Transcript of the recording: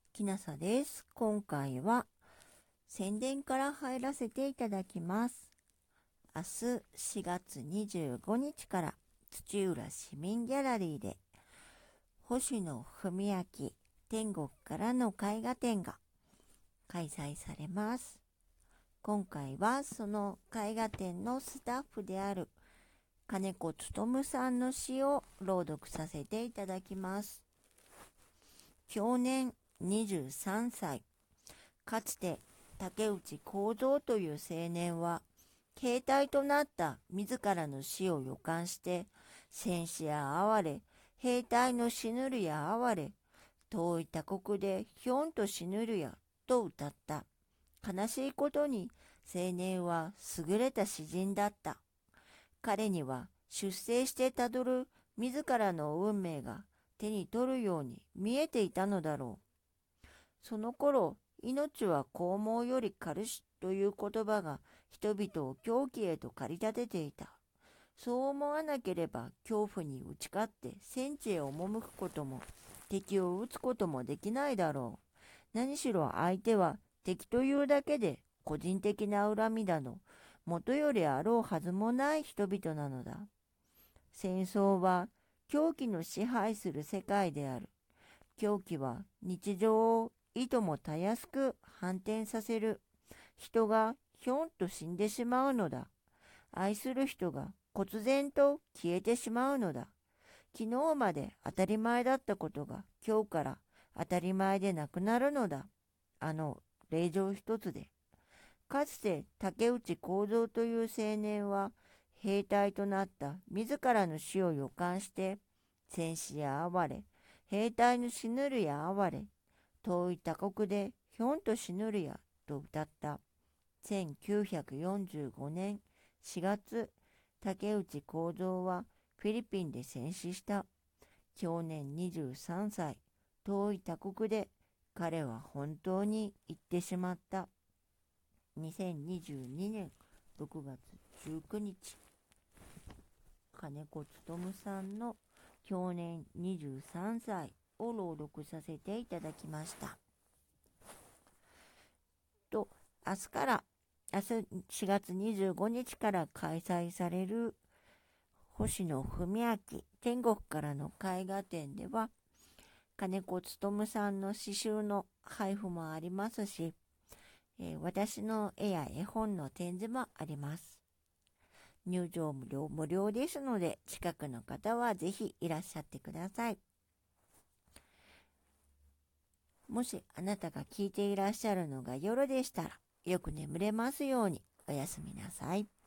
きなさです。今回は宣伝から入らせていただきます。明日4月25日から土浦市民ギャラリーで星野文明天国からの絵画展が開催されます。今回はその絵画展のスタッフである金子勉さんの詩を朗読させていただきます。去年23歳、かつて竹内幸三という青年は、兵隊となった自らの死を予感して、戦死や哀れ、兵隊の死ぬるや哀れ、遠い他国でひょんと死ぬるや、と歌った。悲しいことに、青年は優れた詩人だった。彼には出征してたどる自らの運命が手に取るように見えていたのだろう。その頃、命は肛門より軽しという言葉が人々を狂気へと駆り立てていた。そう思わなければ恐怖に打ち勝って戦地へ赴くことも敵を撃つこともできないだろう。何しろ相手は敵というだけで個人的な恨みだの、もとよりあろうはずもない人々なのだ。戦争は狂気の支配する世界である。狂気は日常をいともたやすく反転させる。人がひょんと死んでしまうのだ。愛する人が忽然と消えてしまうのだ。昨日まで当たり前だったことが今日から当たり前でなくなるのだ。あの令状一つで。かつて竹内幸三という青年は兵隊となった自らの死を予感して戦死や哀れ、兵隊の死ぬるや哀れ、遠い他国でひょんと死ぬるやと歌った。1945年4月、竹内幸三はフィリピンで戦死した。去年23歳、遠い他国で彼は本当に行ってしまった。2022年6月19日、金子勉さんの去年23歳を朗読させていただきました。明日4月25日から開催される星野文明天国からの絵画展では、金子勉さんの詩集の配布もありますし、私の絵や絵本の展示もあります。入場無料ですので、近くの方はぜひいらっしゃってください。もしあなたが聞いていらっしゃるのが夜でしたら、よく眠れますようにおやすみなさい。